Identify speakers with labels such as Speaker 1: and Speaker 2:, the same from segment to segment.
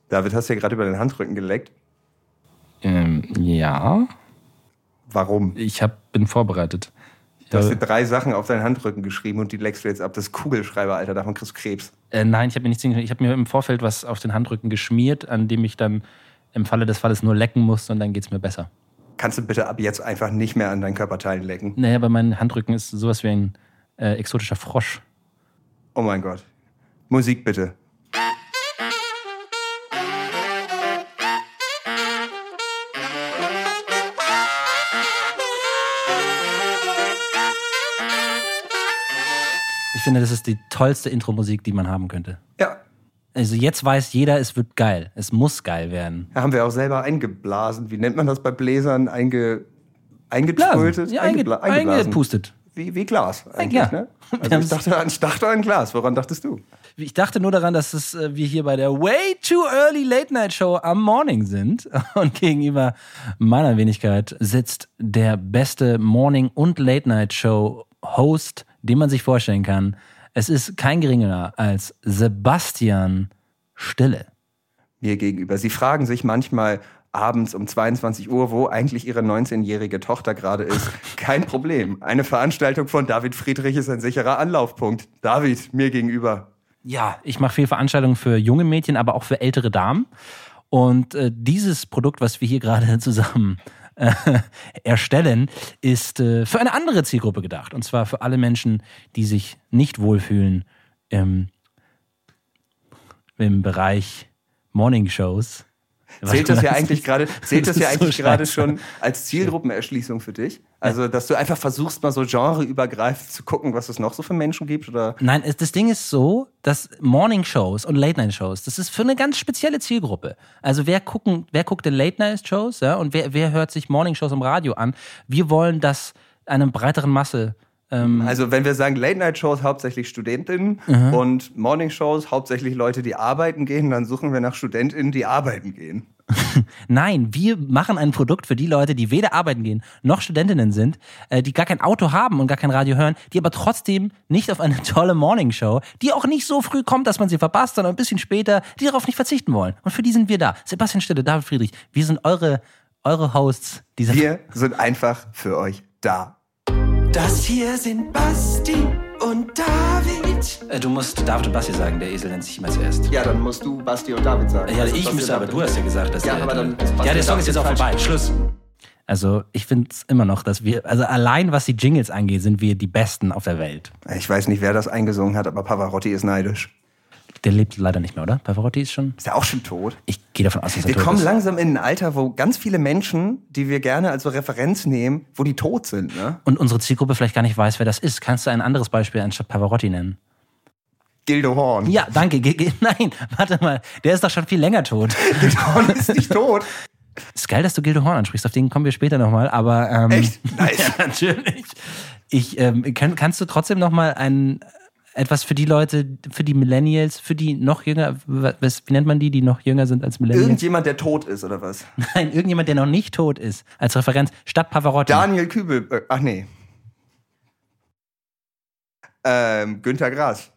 Speaker 1: David, hast du ja gerade über den Handrücken geleckt?
Speaker 2: Ja.
Speaker 1: Warum?
Speaker 2: Bin vorbereitet.
Speaker 1: Du hast dir 3 Sachen auf deinen Handrücken geschrieben und die leckst du jetzt ab. Das ist Kugelschreiber, Alter, davon kriegst du Krebs.
Speaker 2: Nein, ich habe mir nichts hingeschrieben. Ich habe mir im Vorfeld was auf den Handrücken geschmiert, an dem ich dann im Falle des Falles nur lecken muss und dann geht's mir besser.
Speaker 1: Kannst du bitte ab jetzt einfach nicht mehr an deinen Körperteilen lecken?
Speaker 2: Naja, aber mein Handrücken ist sowas wie ein exotischer Frosch.
Speaker 1: Oh mein Gott. Musik bitte.
Speaker 2: Ich finde, das ist die tollste Intro-Musik, die man haben könnte.
Speaker 1: Ja.
Speaker 2: Also jetzt weiß jeder, es wird geil. Es muss geil werden.
Speaker 1: Da haben wir auch selber eingeblasen. Wie nennt man das bei Bläsern? Eingetrötet?
Speaker 2: Ja, eingepustet.
Speaker 1: Wie Glas eigentlich,
Speaker 2: ja.
Speaker 1: Ne? Also ich dachte an Glas. Woran dachtest du?
Speaker 2: Ich dachte nur daran, dass wir hier bei der Way Too Early Late Night Show am Morning sind. Und gegenüber meiner Wenigkeit sitzt der beste Morning- und Late Night Show Host, den man sich vorstellen kann. Es ist kein geringerer als Sebastian Stille.
Speaker 1: Mir gegenüber. Sie fragen sich manchmal abends um 22 Uhr, wo eigentlich ihre 19-jährige Tochter gerade ist. Kein Problem. Eine Veranstaltung von David Friedrich ist ein sicherer Anlaufpunkt. David, mir gegenüber.
Speaker 2: Ja, ich mache viel Veranstaltungen für junge Mädchen, aber auch für ältere Damen. Und dieses Produkt, was wir hier gerade zusammen erstellen, ist für eine andere Zielgruppe gedacht. Und zwar für alle Menschen, die sich nicht wohlfühlen im Bereich Morning-Shows.
Speaker 1: Zählt das ja eigentlich gerade schon als Zielgruppenerschließung für dich? Also, dass du einfach versuchst, mal so genreübergreifend zu gucken, was es noch so für Menschen gibt? Oder?
Speaker 2: Nein, das Ding ist so, dass Morning-Shows und Late-Night-Shows, das ist für eine ganz spezielle Zielgruppe. Also wer guckt denn Late-Night-Shows, ja, und wer hört sich Morning-Shows im Radio an? Wir wollen das einer breiteren Masse.
Speaker 1: Also wenn wir sagen Late-Night-Shows hauptsächlich Studentinnen und Morning-Shows hauptsächlich Leute, die arbeiten gehen, dann suchen wir nach Studentinnen, die arbeiten gehen.
Speaker 2: Nein, wir machen ein Produkt für die Leute, die weder arbeiten gehen, noch Studentinnen sind, die gar kein Auto haben und gar kein Radio hören, die aber trotzdem nicht auf eine tolle Morningshow, die auch nicht so früh kommt, dass man sie verpasst, sondern ein bisschen später, die darauf nicht verzichten wollen. Und für die sind wir da. Sebastian Stille, David Friedrich, wir sind eure Hosts.
Speaker 1: Wir sind einfach für euch da.
Speaker 3: Das hier sind Basti und David.
Speaker 2: Du musst David und Basti sagen, der Esel nennt sich immer zuerst.
Speaker 1: Ja, dann musst du Basti und David sagen.
Speaker 2: Ja, ich müsste, aber du hast ja gesagt, dass der Song ist jetzt auch
Speaker 1: falsch.
Speaker 2: vorbei. Schluss. Also ich finde es immer noch, dass wir, also allein was die Jingles angeht, sind wir die Besten auf der Welt.
Speaker 1: Ich weiß nicht, wer das eingesungen hat, aber Pavarotti ist neidisch.
Speaker 2: Der lebt leider nicht mehr, oder? Pavarotti ist schon...
Speaker 1: Ist er auch schon tot?
Speaker 2: Ich gehe davon aus, dass er tot ist.
Speaker 1: Wir kommen langsam in ein Alter, wo ganz viele Menschen, die wir gerne als so Referenz nehmen, wo die tot sind, ne?
Speaker 2: Und unsere Zielgruppe vielleicht gar nicht weiß, wer das ist. Kannst du ein anderes Beispiel anstatt Pavarotti nennen?
Speaker 1: Gildo Horn.
Speaker 2: Ja, danke. Nein, warte mal. Der ist doch schon viel länger tot.
Speaker 1: Gildo Horn ist nicht tot.
Speaker 2: Ist geil, dass du Gildo Horn ansprichst. Auf den kommen wir später nochmal. Aber
Speaker 1: echt? Nice.
Speaker 2: Ja, natürlich. Kannst du trotzdem nochmal etwas für die Leute, für die Millennials, für die noch jünger, wie nennt man die noch jünger sind als Millennials?
Speaker 1: Irgendjemand, der tot ist, oder was?
Speaker 2: Nein, irgendjemand, der noch nicht tot ist, als Referenz, statt Pavarotti.
Speaker 1: Daniel Kübel, ach nee. Günter Grass.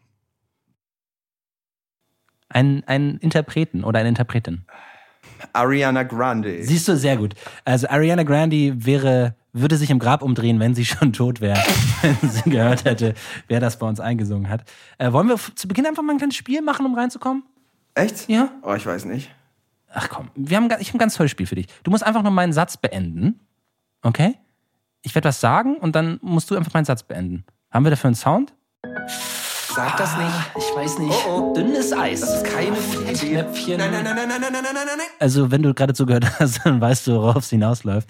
Speaker 2: Ein Interpreten oder eine Interpretin.
Speaker 1: Ariana Grande.
Speaker 2: Siehst du, sehr gut. Also Ariana Grande würde sich im Grab umdrehen, wenn sie schon tot wäre, wenn sie gehört hätte, wer das bei uns eingesungen hat. Wollen wir zu Beginn einfach mal ein kleines Spiel machen, um reinzukommen?
Speaker 1: Echt?
Speaker 2: Ja.
Speaker 1: Oh, ich weiß nicht.
Speaker 2: Ach komm, ich habe ein ganz tolles Spiel für dich. Du musst einfach nur meinen Satz beenden, okay? Ich werde was sagen und dann musst du einfach meinen Satz beenden. Haben wir dafür einen Sound?
Speaker 3: Sag das nicht.
Speaker 2: Ich weiß nicht.
Speaker 3: Oh.
Speaker 2: Dünnes Eis.
Speaker 3: Das ist keine Fettnäpfchen. Nein.
Speaker 2: Also, wenn du gerade zugehört hast, dann weißt du, worauf es hinausläuft.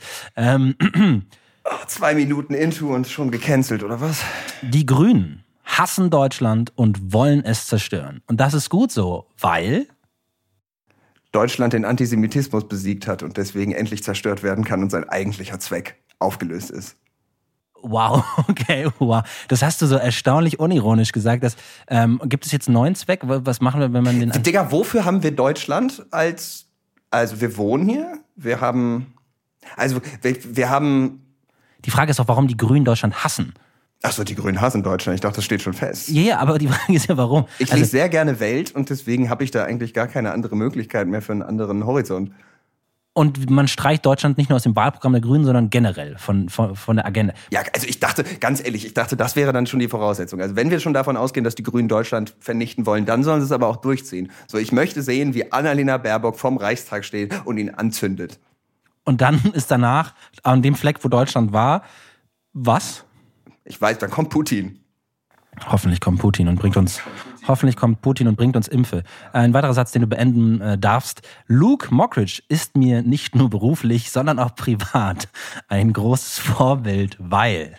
Speaker 1: 2 Minuten into und schon gecancelt, oder was?
Speaker 2: Die Grünen hassen Deutschland und wollen es zerstören. Und das ist gut so, weil
Speaker 1: Deutschland den Antisemitismus besiegt hat und deswegen endlich zerstört werden kann und sein eigentlicher Zweck aufgelöst ist.
Speaker 2: Wow, okay, wow. Das hast du so erstaunlich unironisch gesagt. Dass, gibt es jetzt einen neuen Zweck? Was machen wir, wenn man den...
Speaker 1: Digga, wofür haben wir Deutschland als... Also wir wohnen hier, wir haben... Die
Speaker 2: Frage ist doch, warum die Grünen Deutschland hassen.
Speaker 1: Achso, die Grünen hassen Deutschland. Ich dachte, das steht schon fest.
Speaker 2: Ja, aber die Frage ist ja, warum?
Speaker 1: Ich lese sehr gerne Welt und deswegen habe ich da eigentlich gar keine andere Möglichkeit mehr für einen anderen Horizont.
Speaker 2: Und man streicht Deutschland nicht nur aus dem Wahlprogramm der Grünen, sondern generell von der Agenda.
Speaker 1: Ja, also ich dachte, ganz ehrlich, das wäre dann schon die Voraussetzung. Also wenn wir schon davon ausgehen, dass die Grünen Deutschland vernichten wollen, dann sollen sie es aber auch durchziehen. So, ich möchte sehen, wie Annalena Baerbock vorm Reichstag steht und ihn anzündet.
Speaker 2: Und dann ist danach, an dem Fleck, wo Deutschland war, was?
Speaker 1: Ich weiß, dann kommt Putin.
Speaker 2: Hoffentlich kommt Putin und bringt uns Impfe. Ein weiterer Satz, den du beenden darfst. Luke Mockridge ist mir nicht nur beruflich, sondern auch privat ein großes Vorbild, weil...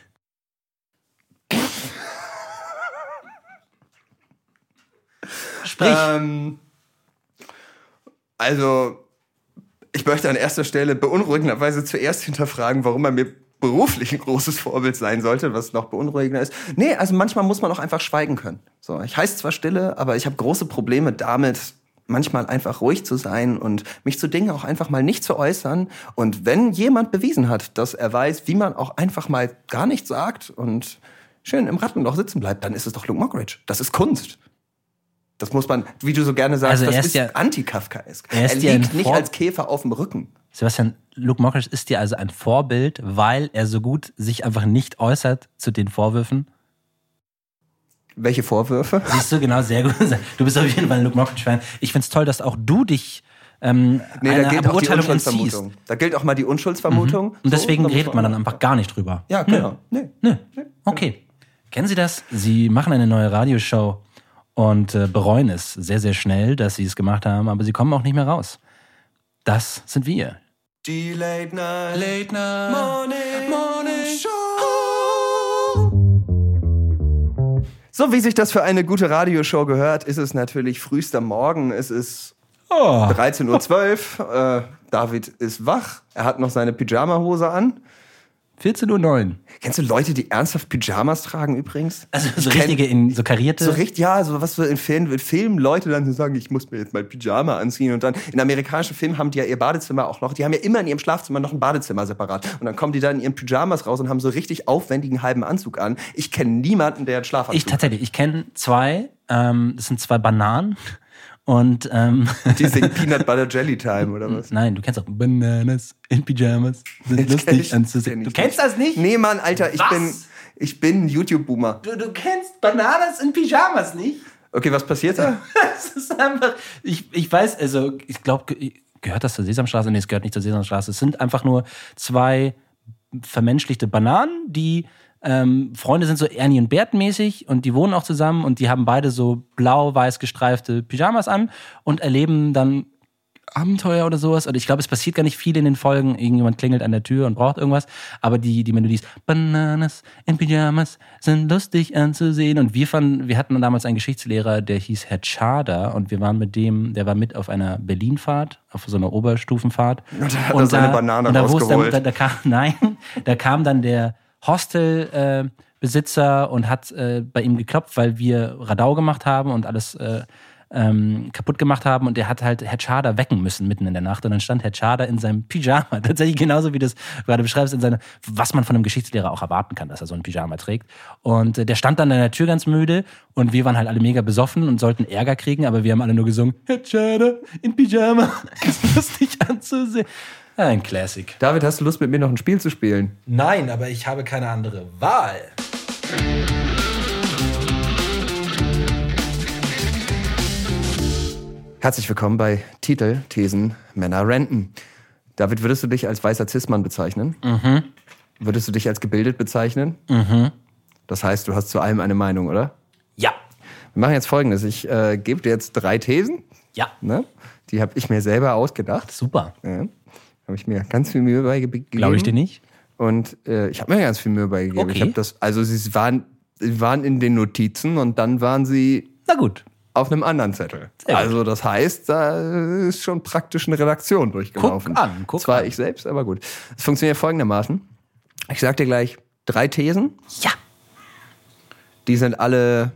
Speaker 2: Sprich.
Speaker 1: Also, ich möchte an erster Stelle beunruhigenderweise zuerst hinterfragen, warum er mir beruflich ein großes Vorbild sein sollte, was noch beunruhigender ist. Nee, also manchmal muss man auch einfach schweigen können. So, ich heiße zwar Stille, aber ich habe große Probleme damit, manchmal einfach ruhig zu sein und mich zu Dingen auch einfach mal nicht zu äußern. Und wenn jemand bewiesen hat, dass er weiß, wie man auch einfach mal gar nichts sagt und schön im Rattenloch sitzen bleibt, dann ist es doch Luke Mockridge. Das ist Kunst. Das muss man, wie du so gerne sagst,
Speaker 2: Also
Speaker 1: das ist
Speaker 2: ja,
Speaker 1: anti-Kafkaesk.
Speaker 2: Er
Speaker 1: liegt nicht als Käfer auf dem Rücken.
Speaker 2: Sebastian, Luke Mockridge ist dir also ein Vorbild, weil er so gut sich einfach nicht äußert zu den Vorwürfen?
Speaker 1: Welche Vorwürfe?
Speaker 2: Siehst du, genau, sehr gut. Du bist auf jeden Fall ein Luke Mockridge-Fan. Ich find's toll, dass auch du dich
Speaker 1: da gilt auch die
Speaker 2: Beurteilung
Speaker 1: Unschuldsvermutung. Da gilt auch mal die Unschuldsvermutung.
Speaker 2: Mhm. Und deswegen redet man dann einfach gar nicht drüber.
Speaker 1: Ja, genau.
Speaker 2: Nee. Okay. Kennen Sie das? Sie machen eine neue Radioshow und bereuen es sehr, sehr schnell, dass sie es gemacht haben, aber sie kommen auch nicht mehr raus. Das sind wir.
Speaker 3: Die Late Night Morning Show.
Speaker 1: So wie sich das für eine gute Radioshow gehört, ist es natürlich frühester Morgen. Es ist 13:12 Uhr. David ist wach. Er hat noch seine Pyjama-Hose an.
Speaker 2: 14:09 Uhr.
Speaker 1: Kennst du Leute, die ernsthaft Pyjamas tragen übrigens?
Speaker 2: Also so richtige, so karierte?
Speaker 1: So was wir in Filmen Leute dann so sagen, ich muss mir jetzt mein Pyjama anziehen. Und dann in amerikanischen Filmen haben die ja ihr Badezimmer auch noch. Die haben ja immer in ihrem Schlafzimmer noch ein Badezimmer separat. Und dann kommen die da in ihren Pyjamas raus und haben so richtig aufwendigen halben Anzug an. Ich kenne niemanden, der einen Schlafanzug hat.
Speaker 2: Ich kenne zwei. Das sind zwei Bananen. Und
Speaker 1: die singen Peanut Butter Jelly Time oder was?
Speaker 2: Nein, du kennst auch Bananas in Pyjamas sind lustig anzusehen. Du kennst das nicht?
Speaker 1: Nee, Mann, Alter, ich bin YouTube-Boomer.
Speaker 2: Du kennst Bananas in Pyjamas nicht?
Speaker 1: Okay, was passiert da?
Speaker 2: Das ist einfach, ich weiß, also ich glaube, gehört das zur Sesamstraße? Nee, es gehört nicht zur Sesamstraße. Es sind einfach nur zwei vermenschlichte Bananen, die Freunde sind so Ernie und Bert mäßig und die wohnen auch zusammen und die haben beide so blau-weiß gestreifte Pyjamas an und erleben dann Abenteuer oder sowas. Und ich glaube, es passiert gar nicht viel in den Folgen. Irgendjemand klingelt an der Tür und braucht irgendwas. Aber die Melodie ist Bananas in Pyjamas sind lustig anzusehen. Und wir hatten damals einen Geschichtslehrer, der hieß Herr Tschader und wir waren mit dem, der war mit auf einer Berlinfahrt, auf so einer Oberstufenfahrt.
Speaker 1: Und da hat er seine Banane rausgeholt.
Speaker 2: Da kam dann der Hostelbesitzer und hat bei ihm geklopft, weil wir Radau gemacht haben und alles kaputt gemacht haben und der hat halt Herr Tschader wecken müssen mitten in der Nacht und dann stand Herr Tschader in seinem Pyjama, tatsächlich genauso wie du das gerade beschreibst, was man von einem Geschichtslehrer auch erwarten kann, dass er so ein Pyjama trägt und der stand dann an der Tür ganz müde und wir waren halt alle mega besoffen und sollten Ärger kriegen, aber wir haben alle nur gesungen, Herr Tschader in Pyjama, ist lustig anzusehen. Ein Classic.
Speaker 1: David, hast du Lust, mit mir noch ein Spiel zu spielen?
Speaker 2: Nein, aber ich habe keine andere Wahl.
Speaker 1: Herzlich willkommen bei Titel, Thesen, Männer ranten. David, würdest du dich als weißer Cis-Mann bezeichnen?
Speaker 2: Mhm.
Speaker 1: Würdest du dich als gebildet bezeichnen?
Speaker 2: Mhm.
Speaker 1: Das heißt, du hast zu allem eine Meinung, oder?
Speaker 2: Ja.
Speaker 1: Wir machen jetzt Folgendes. Ich gebe dir jetzt 3 Thesen.
Speaker 2: Ja.
Speaker 1: Ne? Die habe ich mir selber ausgedacht.
Speaker 2: Super.
Speaker 1: Ja. Habe ich mir ganz viel Mühe beigegeben.
Speaker 2: Glaube ich dir nicht.
Speaker 1: Und ich habe mir ganz viel Mühe beigegeben.
Speaker 2: Okay.
Speaker 1: Sie waren in den Notizen und dann waren sie
Speaker 2: Na gut.
Speaker 1: auf einem anderen Zettel. Also das heißt, da ist schon praktisch eine Redaktion durchgelaufen.
Speaker 2: Guck
Speaker 1: Zwar
Speaker 2: an.
Speaker 1: ich selbst, aber gut. Es funktioniert folgendermaßen. Ich sag dir gleich 3 Thesen.
Speaker 2: Ja.
Speaker 1: Die sind alle,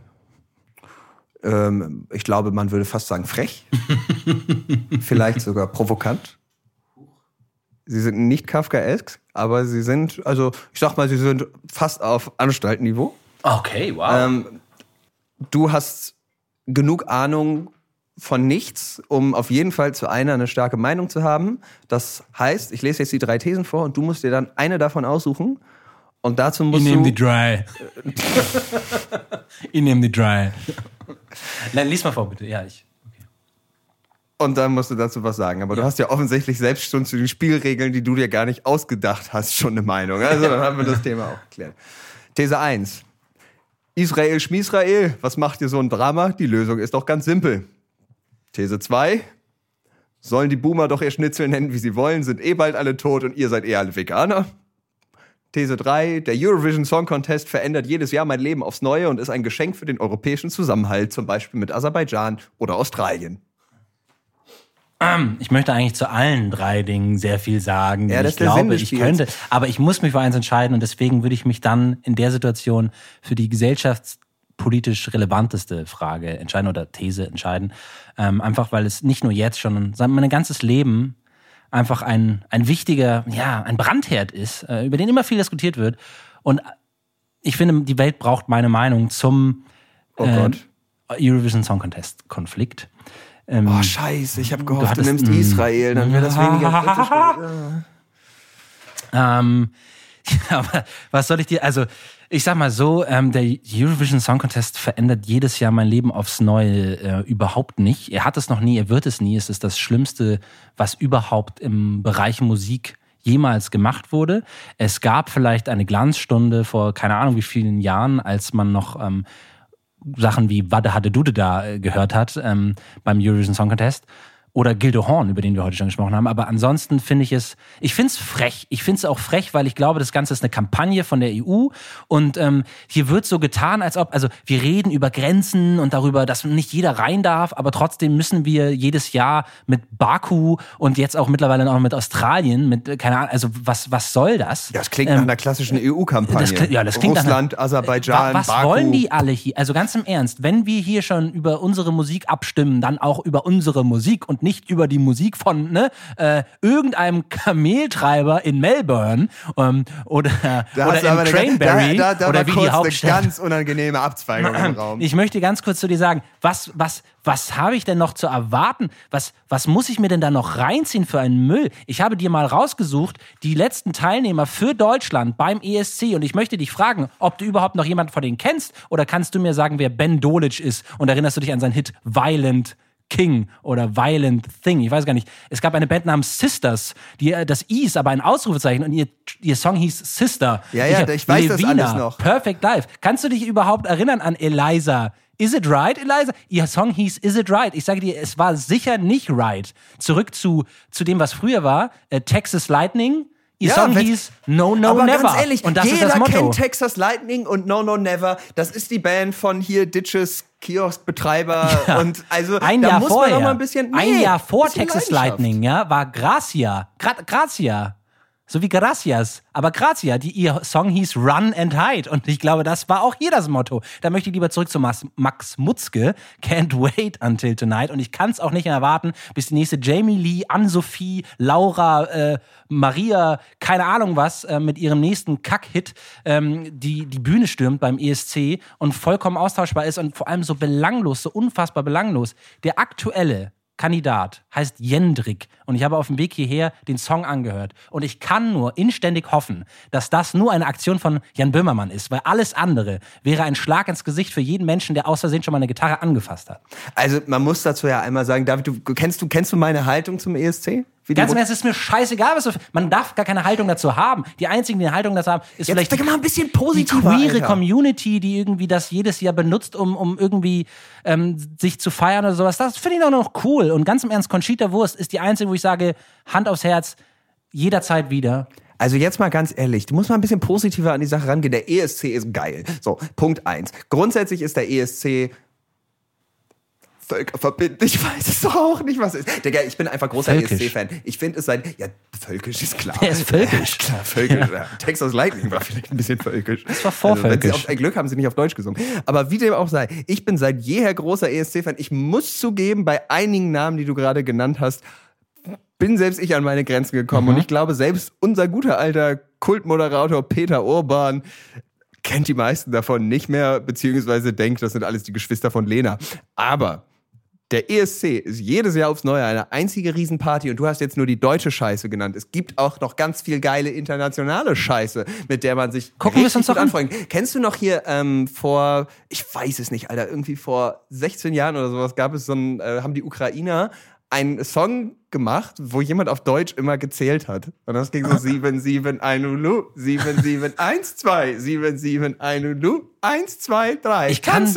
Speaker 1: ich glaube, man würde fast sagen frech. Vielleicht sogar provokant. Sie sind nicht kafkaesk. aber sie sind, also ich sag mal, sie sind fast auf Anstaltniveau.
Speaker 2: Okay, wow.
Speaker 1: Du hast genug Ahnung von nichts, um auf jeden Fall zu einer eine starke Meinung zu haben. Das heißt, ich lese jetzt die 3 Thesen vor und du musst dir dann eine davon aussuchen. Und dazu musst
Speaker 2: Ich nehme die Dry. Ich nehme die Dry. Nein, lies mal vor, bitte. Ja, okay.
Speaker 1: Und dann musst du dazu was sagen. Aber du hast ja offensichtlich selbst schon zu den Spielregeln, die du dir gar nicht ausgedacht hast, schon eine Meinung. Also dann haben wir das Thema auch geklärt. These 1. Israel Schmiesrael, was macht ihr so ein Drama? Die Lösung ist doch ganz simpel. These 2. Sollen die Boomer doch ihr Schnitzel nennen, wie sie wollen, sind bald alle tot und ihr seid alle Veganer. These 3. Der Eurovision Song Contest verändert jedes Jahr mein Leben aufs Neue und ist ein Geschenk für den europäischen Zusammenhalt, zum Beispiel mit Aserbaidschan oder Australien.
Speaker 2: Ich möchte eigentlich zu allen 3 Dingen sehr viel sagen, die
Speaker 1: das
Speaker 2: ich
Speaker 1: ist der Sinn
Speaker 2: glaube,
Speaker 1: des
Speaker 2: ich
Speaker 1: Spiels.
Speaker 2: könnte. Aber ich muss mich für eins entscheiden und deswegen würde ich mich dann in der Situation für die gesellschaftspolitisch relevanteste Frage entscheiden oder These entscheiden. Einfach, weil es nicht nur jetzt, sondern mein ganzes Leben einfach ein wichtiger, ein Brandherd ist, über den immer viel diskutiert wird. Und ich finde, die Welt braucht meine Meinung zum Eurovision Song Contest Konflikt.
Speaker 1: Scheiße, ich habe gehofft, du nimmst Israel, dann wäre das weniger kritisch.
Speaker 2: Aber was soll ich dir, also ich sag mal so, der Eurovision Song Contest verändert jedes Jahr mein Leben aufs Neue überhaupt nicht. Er hat es noch nie, er wird es nie. Es ist das Schlimmste, was überhaupt im Bereich Musik jemals gemacht wurde. Es gab vielleicht eine Glanzstunde vor keine Ahnung wie vielen Jahren, als man noch Sachen wie Wadde Hadde Dude da gehört hat beim Eurovision Song Contest. Oder Gildo Horn, über den wir heute schon gesprochen haben. Aber ansonsten finde ich es frech. Ich finde es auch frech, weil ich glaube, das Ganze ist eine Kampagne von der EU. Und hier wird so getan, als ob, also wir reden über Grenzen und darüber, dass nicht jeder rein darf. Aber trotzdem müssen wir jedes Jahr mit Baku und jetzt auch mittlerweile auch mit Australien, mit, keine Ahnung, also was soll das?
Speaker 1: Das klingt nach einer klassischen EU-Kampagne.
Speaker 2: Das klingt
Speaker 1: Russland, Aserbaidschan,
Speaker 2: was
Speaker 1: Baku.
Speaker 2: wollen die alle hier? Also ganz im Ernst, wenn wir hier schon über unsere Musik abstimmen, dann auch über unsere Musik und nicht über die Musik von irgendeinem Kameltreiber in Melbourne oder in Cranberry
Speaker 1: da
Speaker 2: oder
Speaker 1: war
Speaker 2: wie
Speaker 1: kurz
Speaker 2: die Hauptstadt.
Speaker 1: eine ganz unangenehme Abzweigung im Raum.
Speaker 2: Ich möchte ganz kurz zu dir sagen, was habe ich denn noch zu erwarten? Was muss ich mir denn da noch reinziehen für einen Müll? Ich habe dir mal rausgesucht, die letzten Teilnehmer für Deutschland beim ESC und ich möchte dich fragen, ob du überhaupt noch jemanden von denen kennst oder kannst du mir sagen, wer Ben Dolic ist und erinnerst du dich an seinen Hit Violent King oder Violent Thing, ich weiß gar nicht. Es gab eine Band namens Sisters, das I ist aber ein Ausrufezeichen und ihr Song hieß Sister.
Speaker 1: Ja, ich weiß das alles noch.
Speaker 2: Perfect Life. Kannst du dich überhaupt erinnern an Eliza? Is it right, Eliza? Ihr Song hieß Is it right? Ich sage dir, es war sicher nicht right. Zurück zu dem, was früher war. Texas Lightning. Ihr Song hieß No, No,
Speaker 1: aber
Speaker 2: Never.
Speaker 1: Ganz ehrlich,
Speaker 2: und das
Speaker 1: jeder
Speaker 2: ist das Motto.
Speaker 1: kennt Texas Lightning und No, No, Never. Das ist die Band von hier Ditches Kioskbetreiber und also
Speaker 2: ein
Speaker 1: da
Speaker 2: Jahr
Speaker 1: muss
Speaker 2: vorher,
Speaker 1: man noch mal ein bisschen
Speaker 2: ein Jahr vor
Speaker 1: bisschen
Speaker 2: Texas
Speaker 1: Leidenschaft.
Speaker 2: Lightning, war Gracia. Gracia. So wie Gracias. Aber Grazia, ihr Song hieß Run and Hide. Und ich glaube, das war auch hier das Motto. Da möchte ich lieber zurück zu Max Mutzke. Can't wait until tonight. Und ich kann es auch nicht erwarten, bis die nächste Jamie Lee, Ann-Sophie, Laura, Maria, keine Ahnung was, mit ihrem nächsten Kack-Hit die Bühne stürmt beim ESC und vollkommen austauschbar ist und vor allem so belanglos, so unfassbar belanglos. Der aktuelle Kandidat heißt Jendrik und ich habe auf dem Weg hierher den Song angehört und ich kann nur inständig hoffen, dass das nur eine Aktion von Jan Böhmermann ist, weil alles andere wäre ein Schlag ins Gesicht für jeden Menschen, der aus Versehen schon mal eine Gitarre angefasst hat.
Speaker 1: Also man muss dazu ja einmal sagen, David, kennst du meine Haltung zum ESC?
Speaker 2: Ganz im Ernst, es ist mir scheißegal, man darf gar keine Haltung dazu haben. Die einzigen, die eine Haltung dazu haben, ist
Speaker 1: Jetzt
Speaker 2: vielleicht
Speaker 1: mal ein bisschen
Speaker 2: die
Speaker 1: positiver,
Speaker 2: queere
Speaker 1: Alter.
Speaker 2: Community, die irgendwie das jedes Jahr benutzt, um irgendwie sich zu feiern oder sowas. Das finde ich doch noch cool. Und ganz im Ernst, Conchita Wurst ist die einzige, wo ich sage, Hand aufs Herz, jederzeit wieder.
Speaker 1: Also jetzt mal ganz ehrlich, du musst mal ein bisschen positiver an die Sache rangehen. Der ESC ist geil. So, Punkt 1. Grundsätzlich ist der ESC völkerverbindlich. Ich weiß es doch auch nicht, was es ist. Digga, ich bin einfach großer ESC-Fan. Ich finde es völkisch ist klar.
Speaker 2: Der ist völkisch.
Speaker 1: Ja, klar, völkisch. Ja. Texas Lightning war vielleicht ein bisschen völkisch.
Speaker 2: Das war vorvölkisch.
Speaker 1: Wenn sie auf Glück haben sie nicht auf Deutsch gesungen. Aber wie dem auch sei, ich bin seit jeher großer ESC-Fan. Ich muss zugeben, bei einigen Namen, die du gerade genannt hast, bin selbst ich an meine Grenzen gekommen. Und ich glaube, selbst unser guter alter Kultmoderator Peter Urban kennt die meisten davon nicht mehr, beziehungsweise denkt, das sind alles die Geschwister von Lena. Aber der ESC ist jedes Jahr aufs Neue eine einzige Riesenparty und du hast jetzt nur die deutsche Scheiße genannt. Es gibt auch noch ganz viel geile internationale Scheiße, mit der man sich
Speaker 2: Gucken wir es uns doch
Speaker 1: anfreunden. Kennst du noch hier vor, ich weiß es nicht, Alter, irgendwie vor 16 Jahren oder sowas gab es haben die Ukrainer einen Song gemacht, wo jemand auf Deutsch immer gezählt hat. Und das ging so 7, 7, 1, Ulu, 7, 7, 1, 2, 7, 7, 1, Ulu, 1, 2, 3.
Speaker 2: Ich kann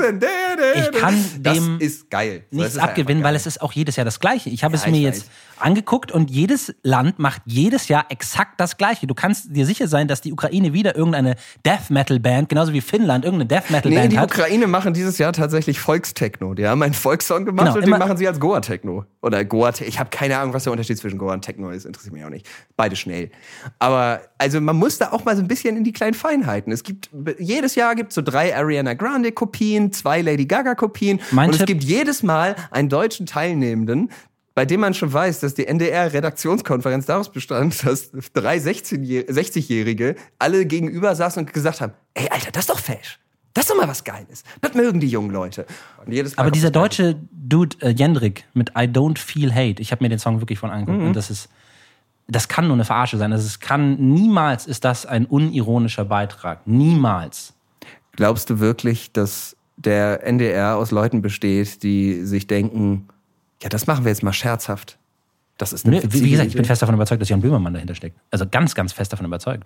Speaker 1: das
Speaker 2: dem
Speaker 1: ist geil.
Speaker 2: nichts abgewinnen, weil es ist auch jedes Jahr das Gleiche. Ich habe es mir jetzt angeguckt und jedes Land macht jedes Jahr exakt das Gleiche. Du kannst dir sicher sein, dass die Ukraine wieder irgendeine Death-Metal-Band, genauso wie Finnland, irgendeine Death-Metal-Band hat.
Speaker 1: Die Ukraine machen dieses Jahr tatsächlich Volkstechno. Die haben einen Volkssong gemacht und den machen sie als Goa-Techno. Oder Goa-Techno. Ich habe keine Ahnung, was der Unterschied zwischen Goa und Techno ist. Interessiert mich auch nicht. Beide schnell. Aber also man muss da auch mal so ein bisschen in die kleinen Feinheiten. Jedes Jahr gibt es so 3 Ariana Grande-Kopien, 2 Lady Gaga-Kopien. Es gibt jedes Mal einen deutschen Teilnehmenden, bei dem man schon weiß, dass die NDR-Redaktionskonferenz daraus bestand, dass 3 60-Jährige alle gegenüber saßen und gesagt haben, ey, Alter, das ist doch fesch. Das ist doch mal was Geiles. Das mögen die jungen Leute.
Speaker 2: Aber dieser deutsche Dude, Jendrik, mit I Don't Feel Hate, ich habe mir den Song wirklich von angeguckt und das kann nur eine Verarsche sein. Niemals ist das ein unironischer Beitrag. Niemals.
Speaker 1: Glaubst du wirklich, dass der NDR aus Leuten besteht, die sich denken, ja, das machen wir jetzt mal scherzhaft? Das ist eine
Speaker 2: Wie gesagt, ich bin fest davon überzeugt, dass Jan Böhmermann dahinter steckt. Also ganz, ganz fest davon überzeugt.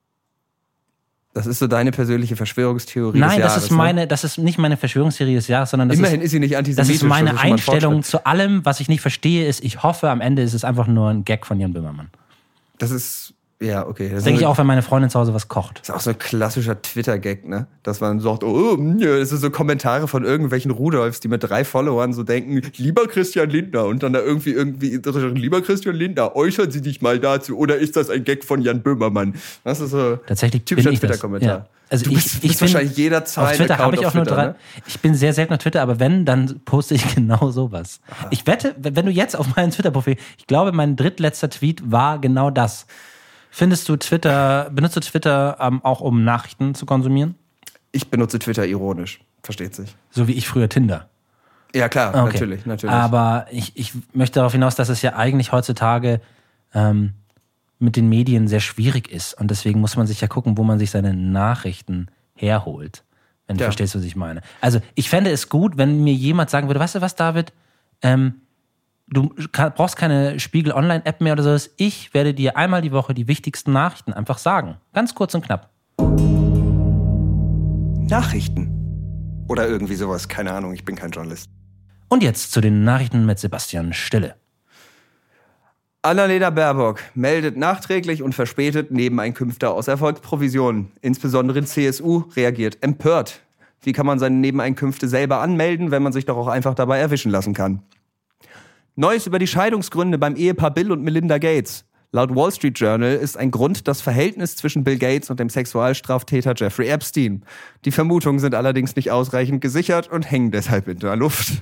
Speaker 1: Das ist so deine persönliche Verschwörungstheorie
Speaker 2: des Jahres?
Speaker 1: Nein,
Speaker 2: das ist nicht meine Verschwörungstheorie des Jahres, sondern
Speaker 1: immerhin ist sie nicht antisemitisch.
Speaker 2: Das ist meine Einstellung zu allem, was ich nicht verstehe, ist, ich hoffe, am Ende ist es einfach nur ein Gag von Jan Böhmermann.
Speaker 1: Das ist, ja, okay.
Speaker 2: Das denke ich auch, wenn meine Freundin zu Hause was kocht.
Speaker 1: Das ist auch so ein klassischer Twitter-Gag, ne? Dass man sagt, das sind so Kommentare von irgendwelchen Rudolfs, die mit 3 Followern so denken, lieber Christian Lindner, und dann da irgendwie lieber Christian Lindner, äußern Sie dich mal dazu, oder ist das ein Gag von Jan Böhmermann? Das ist so
Speaker 2: tatsächlich
Speaker 1: typischer Twitter-Kommentar.
Speaker 2: Ja. Also
Speaker 1: ich bin wahrscheinlich jederzeit
Speaker 2: auf Twitter habe ich auch
Speaker 1: Twitter,
Speaker 2: nur 3.
Speaker 1: Ne?
Speaker 2: Ich bin sehr selten auf Twitter, aber wenn, dann poste ich genau sowas. Aha. Ich wette, wenn du jetzt auf meinem Twitter-Profil, ich glaube, mein drittletzter Tweet war genau das. Benutzt du Twitter auch, um Nachrichten zu konsumieren?
Speaker 1: Ich benutze Twitter ironisch, versteht sich.
Speaker 2: So wie ich früher Tinder.
Speaker 1: Ja, klar, okay. Natürlich.
Speaker 2: Aber ich möchte darauf hinaus, dass es ja eigentlich heutzutage mit den Medien sehr schwierig ist. Und deswegen muss man sich ja gucken, wo man sich seine Nachrichten herholt. Wenn du verstehst, was ich meine. Also ich fände es gut, wenn mir jemand sagen würde, weißt du was, David, du brauchst keine Spiegel-Online-App mehr oder sowas. Ich werde dir einmal die Woche die wichtigsten Nachrichten einfach sagen. Ganz kurz und knapp.
Speaker 1: Nachrichten. Oder irgendwie sowas. Keine Ahnung, ich bin kein Journalist.
Speaker 2: Und jetzt zu den Nachrichten mit Sebastian Stille.
Speaker 1: Annalena Baerbock meldet nachträglich und verspätet Nebeneinkünfte aus Erfolgsprovisionen. Insbesondere CSU reagiert empört. Wie kann man seine Nebeneinkünfte selber anmelden, wenn man sich doch auch einfach dabei erwischen lassen kann? Neues über die Scheidungsgründe beim Ehepaar Bill und Melinda Gates. Laut Wall Street Journal ist ein Grund das Verhältnis zwischen Bill Gates und dem Sexualstraftäter Jeffrey Epstein. Die Vermutungen sind allerdings nicht ausreichend gesichert und hängen deshalb in der Luft.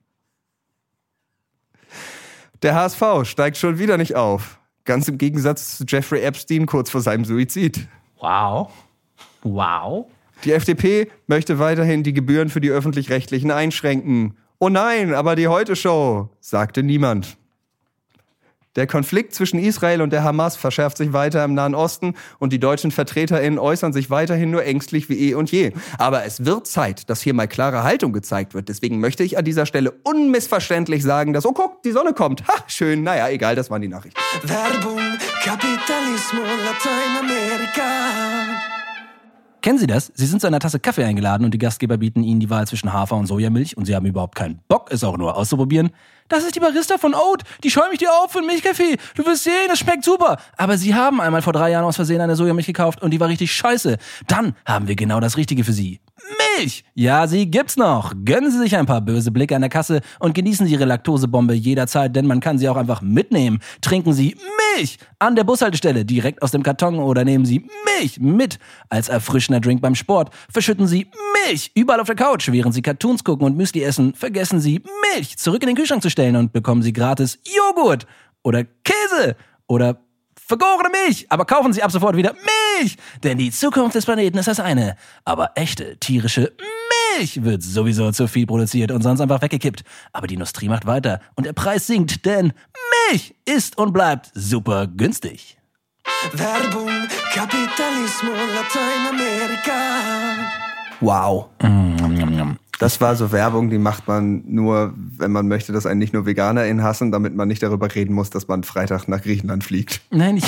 Speaker 1: Der HSV steigt schon wieder nicht auf. Ganz im Gegensatz zu Jeffrey Epstein kurz vor seinem Suizid.
Speaker 2: Wow.
Speaker 1: Die FDP möchte weiterhin die Gebühren für die Öffentlich-Rechtlichen einschränken. Oh nein, aber die Heute-Show, sagte niemand. Der Konflikt zwischen Israel und der Hamas verschärft sich weiter im Nahen Osten und die deutschen VertreterInnen äußern sich weiterhin nur ängstlich wie eh und je. Aber es wird Zeit, dass hier mal klare Haltung gezeigt wird. Deswegen möchte ich an dieser Stelle unmissverständlich sagen, dass, oh guck, die Sonne kommt. Ha, schön, naja, egal, das waren die Nachrichten.
Speaker 3: Werbung, Kapitalismus, Lateinamerika.
Speaker 2: Kennen Sie das? Sie sind zu einer Tasse Kaffee eingeladen und die Gastgeber bieten Ihnen die Wahl zwischen Hafer- und Sojamilch und Sie haben überhaupt keinen Bock, es auch nur auszuprobieren. Das ist die Barista von Oat. Die schäume ich dir auf für einen Milchkaffee. Du wirst sehen, das schmeckt super. Aber Sie haben einmal vor 3 Jahren aus Versehen eine Sojamilch gekauft und die war richtig scheiße. Dann haben wir genau das Richtige für Sie. Milch! Ja, sie gibt's noch. Gönnen Sie sich ein paar böse Blicke an der Kasse und genießen Sie Ihre Laktosebombe jederzeit, denn man kann sie auch einfach mitnehmen. Trinken Sie Milch an der Bushaltestelle direkt aus dem Karton oder nehmen Sie Milch mit als erfrischender Drink beim Sport. Verschütten Sie Milch überall auf der Couch, während Sie Cartoons gucken und Müsli essen. Vergessen Sie Milch zurück in den Kühlschrank zu stellen und bekommen Sie gratis Joghurt oder Käse Käse oder vergorene Milch, aber kaufen Sie ab sofort wieder Milch, denn die Zukunft des Planeten ist das eine, aber echte tierische Milch wird sowieso zu viel produziert und sonst einfach weggekippt. Aber die Industrie macht weiter und der Preis sinkt, denn Milch ist und bleibt super günstig.
Speaker 3: Werbung, Kapitalismus, Lateinamerika.
Speaker 1: Wow. Das war so Werbung, die macht man nur, wenn man möchte, dass einen nicht nur VeganerInnen hassen, damit man nicht darüber reden muss, dass man Freitag nach Griechenland fliegt.
Speaker 2: Nein,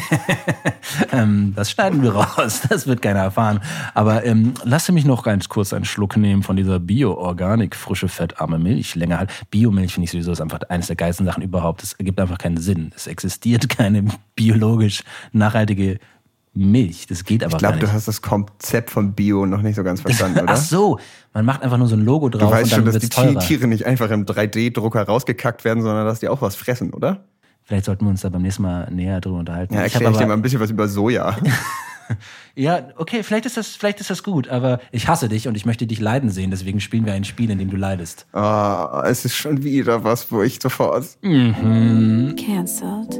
Speaker 2: das schneiden wir raus, das wird keiner erfahren. Aber lass mich noch ganz kurz einen Schluck nehmen von dieser Bio-Organik, frische, fettarme Milch. Länger halt. Biomilch finde ich sowieso ist einfach eines der geilsten Sachen überhaupt. Es ergibt einfach keinen Sinn. Es existiert keine biologisch nachhaltige Milch. Das geht aber
Speaker 1: Ich glaube,
Speaker 2: gar nicht.
Speaker 1: du hast das Konzept von Bio noch nicht so ganz verstanden, oder?
Speaker 2: Ach so, man macht einfach nur so ein Logo drauf
Speaker 1: Du weißt
Speaker 2: und dann
Speaker 1: schon, dass
Speaker 2: wird's
Speaker 1: die
Speaker 2: teurer.
Speaker 1: Tiere nicht einfach im 3D-Drucker rausgekackt werden, sondern dass die auch was fressen, oder?
Speaker 2: Vielleicht sollten wir uns da beim nächsten Mal näher drüber unterhalten.
Speaker 1: Ja, erkläre ich dir mal ein bisschen was über Soja.
Speaker 2: Ja, okay, vielleicht ist das gut, aber ich hasse dich und ich möchte dich leiden sehen, deswegen spielen wir ein Spiel, in dem du leidest.
Speaker 1: Es ist schon wieder was, wo ich sofort...
Speaker 4: Cancelled.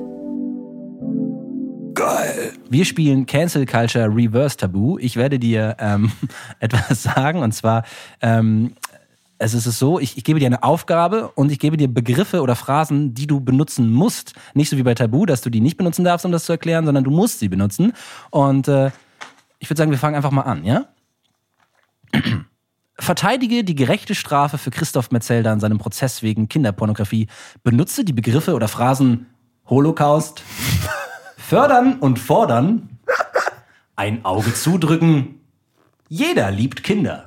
Speaker 1: Geil.
Speaker 2: Wir spielen Cancel Culture Reverse Tabu. Ich werde dir etwas sagen und zwar es ist so, ich gebe dir eine Aufgabe und ich gebe dir Begriffe oder Phrasen, die du benutzen musst. Nicht so wie bei Tabu, dass du die nicht benutzen darfst, um das zu erklären, sondern du musst sie benutzen. Und ich würde sagen, wir fangen einfach mal an, ja? Verteidige die gerechte Strafe für Christoph Metzelder in seinem Prozess wegen Kinderpornografie. Benutze die Begriffe oder Phrasen Holocaust, fördern und fordern, ein Auge zudrücken, jeder liebt Kinder.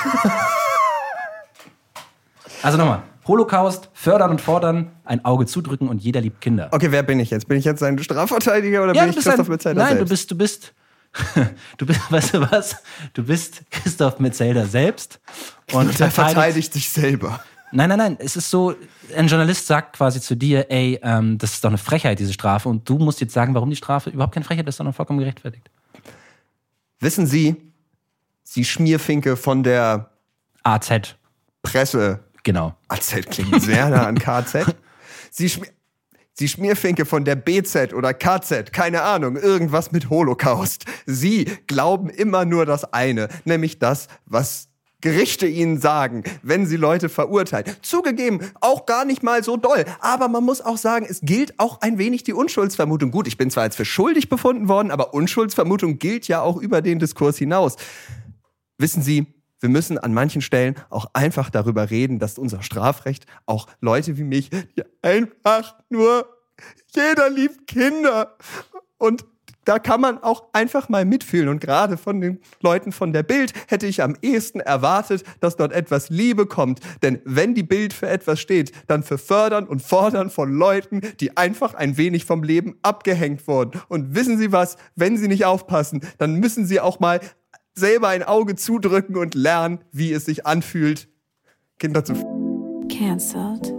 Speaker 2: Also nochmal, Holocaust, fördern und fordern, ein Auge zudrücken und jeder liebt Kinder.
Speaker 1: Okay, wer bin ich jetzt? Bin ich jetzt ein Strafverteidiger oder bin ich Christoph Metzelder
Speaker 2: Nein,
Speaker 1: selbst?
Speaker 2: du bist, weißt du was? Du bist Christoph Metzelder selbst und
Speaker 1: Der verteidigt sich selber.
Speaker 2: Nein, es ist so, ein Journalist sagt quasi zu dir, ey, das ist doch eine Frechheit, diese Strafe, und du musst jetzt sagen, warum die Strafe überhaupt keine Frechheit ist, sondern vollkommen gerechtfertigt.
Speaker 1: Wissen Sie, die Schmierfinke von der
Speaker 2: AZ,
Speaker 1: Presse...
Speaker 2: genau.
Speaker 1: AZ klingt sehr nah an KZ. Sie Schmierfinke von der BZ oder KZ, keine Ahnung, irgendwas mit Holocaust. Sie glauben immer nur das eine, nämlich das, was Gerichte ihnen sagen, wenn sie Leute verurteilen. Zugegeben, auch gar nicht mal so doll. Aber man muss auch sagen, es gilt auch ein wenig die Unschuldsvermutung. Gut, ich bin zwar jetzt für schuldig befunden worden, aber Unschuldsvermutung gilt ja auch über den Diskurs hinaus. Wissen Sie, wir müssen an manchen Stellen auch einfach darüber reden, dass unser Strafrecht auch Leute wie mich, die einfach nur, jeder liebt Kinder. Und da kann man auch einfach mal mitfühlen. Und gerade von den Leuten von der Bild hätte ich am ehesten erwartet, dass dort etwas Liebe kommt. Denn wenn die Bild für etwas steht, dann für Fördern und Fordern von Leuten, die einfach ein wenig vom Leben abgehängt wurden. Und wissen Sie was? Wenn Sie nicht aufpassen, dann müssen Sie auch mal selber ein Auge zudrücken und lernen, wie es sich anfühlt, Kinder zu...
Speaker 4: Cancelled.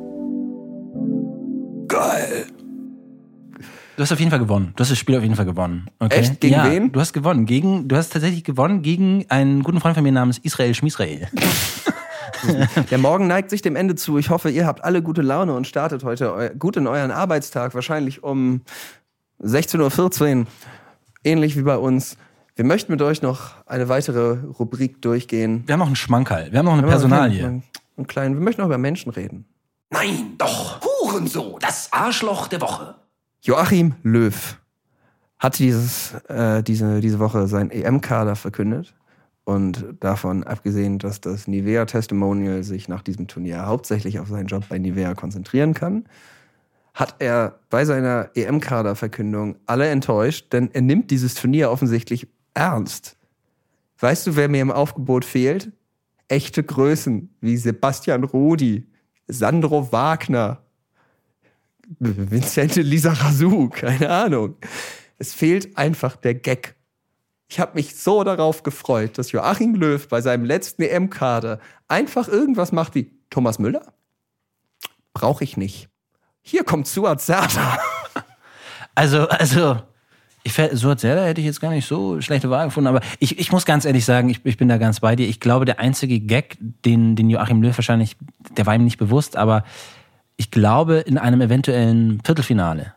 Speaker 1: Geil.
Speaker 2: Du hast auf jeden Fall gewonnen. Du hast das Spiel auf jeden Fall gewonnen. Okay?
Speaker 1: Echt? Gegen wen?
Speaker 2: Du hast gewonnen. Du hast tatsächlich gewonnen gegen einen guten Freund von mir namens Israel Schmisrael.
Speaker 1: Der Morgen neigt sich dem Ende zu. Ich hoffe, ihr habt alle gute Laune und startet heute gut in euren Arbeitstag. Wahrscheinlich um 16:14 Uhr. Ähnlich wie bei uns. Wir möchten mit euch noch eine weitere Rubrik durchgehen.
Speaker 2: Wir haben noch einen Schmankerl. Wir haben noch eine Personalie.
Speaker 1: Einen kleinen. Wir möchten noch über Menschen reden.
Speaker 2: Nein, doch. Hurensohn. Das Arschloch der Woche.
Speaker 1: Joachim Löw hat diese Woche seinen EM-Kader verkündet. Und davon abgesehen, dass das Nivea-Testimonial sich nach diesem Turnier hauptsächlich auf seinen Job bei Nivea konzentrieren kann, hat er bei seiner EM-Kader-Verkündung alle enttäuscht, denn er nimmt dieses Turnier offensichtlich ernst. Weißt du, wer mir im Aufgebot fehlt? Echte Größen wie Sebastian Rudi, Sandro Wagner, Vincente Lizarazu, keine Ahnung. Es fehlt einfach der Gag. Ich habe mich so darauf gefreut, dass Joachim Löw bei seinem letzten EM-Kader einfach irgendwas macht wie Thomas Müller. Brauche ich nicht. Hier kommt Suat Serdar.
Speaker 2: Also, Suat Serdar hätte ich jetzt gar nicht so schlechte Wahl gefunden, aber ich muss ganz ehrlich sagen, ich bin da ganz bei dir. Ich glaube, der einzige Gag, den Joachim Löw wahrscheinlich, der war ihm nicht bewusst, aber ich glaube, in einem eventuellen Viertelfinale,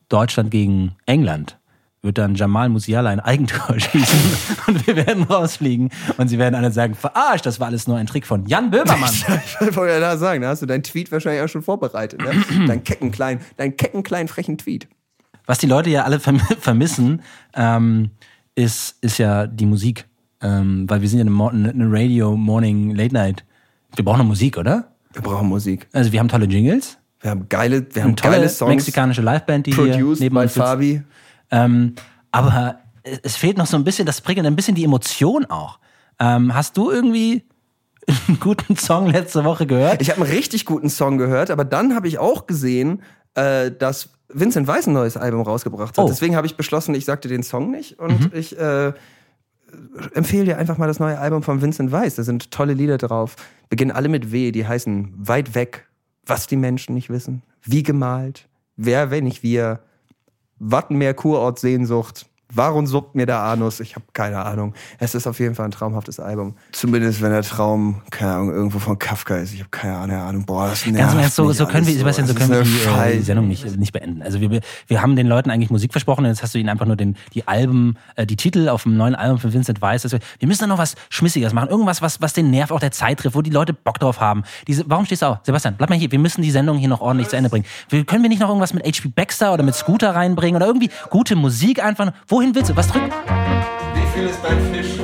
Speaker 2: Deutschland gegen England wird dann Jamal Musiala ein Eigentor schießen und wir werden rausfliegen und sie werden alle sagen, verarscht, das war alles nur ein Trick von Jan Böhmermann.
Speaker 1: Ich wollte ja da sagen, da hast du deinen Tweet wahrscheinlich auch schon vorbereitet. Ne? deinen kecken, kleinen, frechen Tweet.
Speaker 2: Was die Leute ja alle vermissen, ist ja die Musik. Weil wir sind ja eine Radio, Morning, Late Night. Wir brauchen noch Musik, oder?
Speaker 1: Wir brauchen Musik.
Speaker 2: Also wir haben tolle Jingles.
Speaker 1: Wir haben geile
Speaker 2: tolle
Speaker 1: Songs.
Speaker 2: Mexikanische Liveband, die hier neben uns sitzt.
Speaker 1: Fabi.
Speaker 2: Aber es fehlt noch so ein bisschen das Prickeln, ein bisschen die Emotion auch. Hast du irgendwie einen guten Song letzte Woche gehört?
Speaker 1: Ich habe einen richtig guten Song gehört, aber dann habe ich auch gesehen, dass Vincent Weiss ein neues Album rausgebracht hat.
Speaker 2: Oh.
Speaker 1: Deswegen habe ich beschlossen, ich sag dir den Song nicht und ich empfehle dir einfach mal das neue Album von Vincent Weiss. Da sind tolle Lieder drauf. Beginnen alle mit W, die heißen Weit weg, was die Menschen nicht wissen, wie gemalt, wer, wenn nicht wir, Wattenmeer, Kurort, Sehnsucht, warum suppt mir der Anus? Ich habe keine Ahnung. Es ist auf jeden Fall ein traumhaftes Album. Zumindest wenn der Traum, keine Ahnung, irgendwo von Kafka ist. Ich habe keine Ahnung. Boah, das nervt
Speaker 2: Ganz so können wir, Sebastian, so können wir die
Speaker 1: die
Speaker 2: Sendung nicht beenden. Also wir haben den Leuten eigentlich Musik versprochen und jetzt hast du ihnen einfach nur die Alben, die Titel auf dem neuen Album von Vincent Weiss. Also wir müssen da noch was Schmissiges machen. Irgendwas, was den Nerv auch der Zeit trifft, wo die Leute Bock drauf haben. Warum stehst du auf? Sebastian, bleib mal hier. Wir müssen die Sendung hier noch ordentlich zu Ende bringen. Können wir nicht noch irgendwas mit H.P. Baxter oder mit Scooter reinbringen oder irgendwie gute Musik einfach? Wohin willst du? Was drücken?
Speaker 1: Wie viel ist dein Fisch?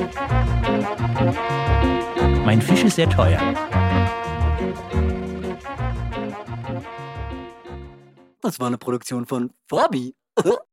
Speaker 2: Mein Fisch ist sehr teuer.
Speaker 5: Das war eine Produktion von Fabi.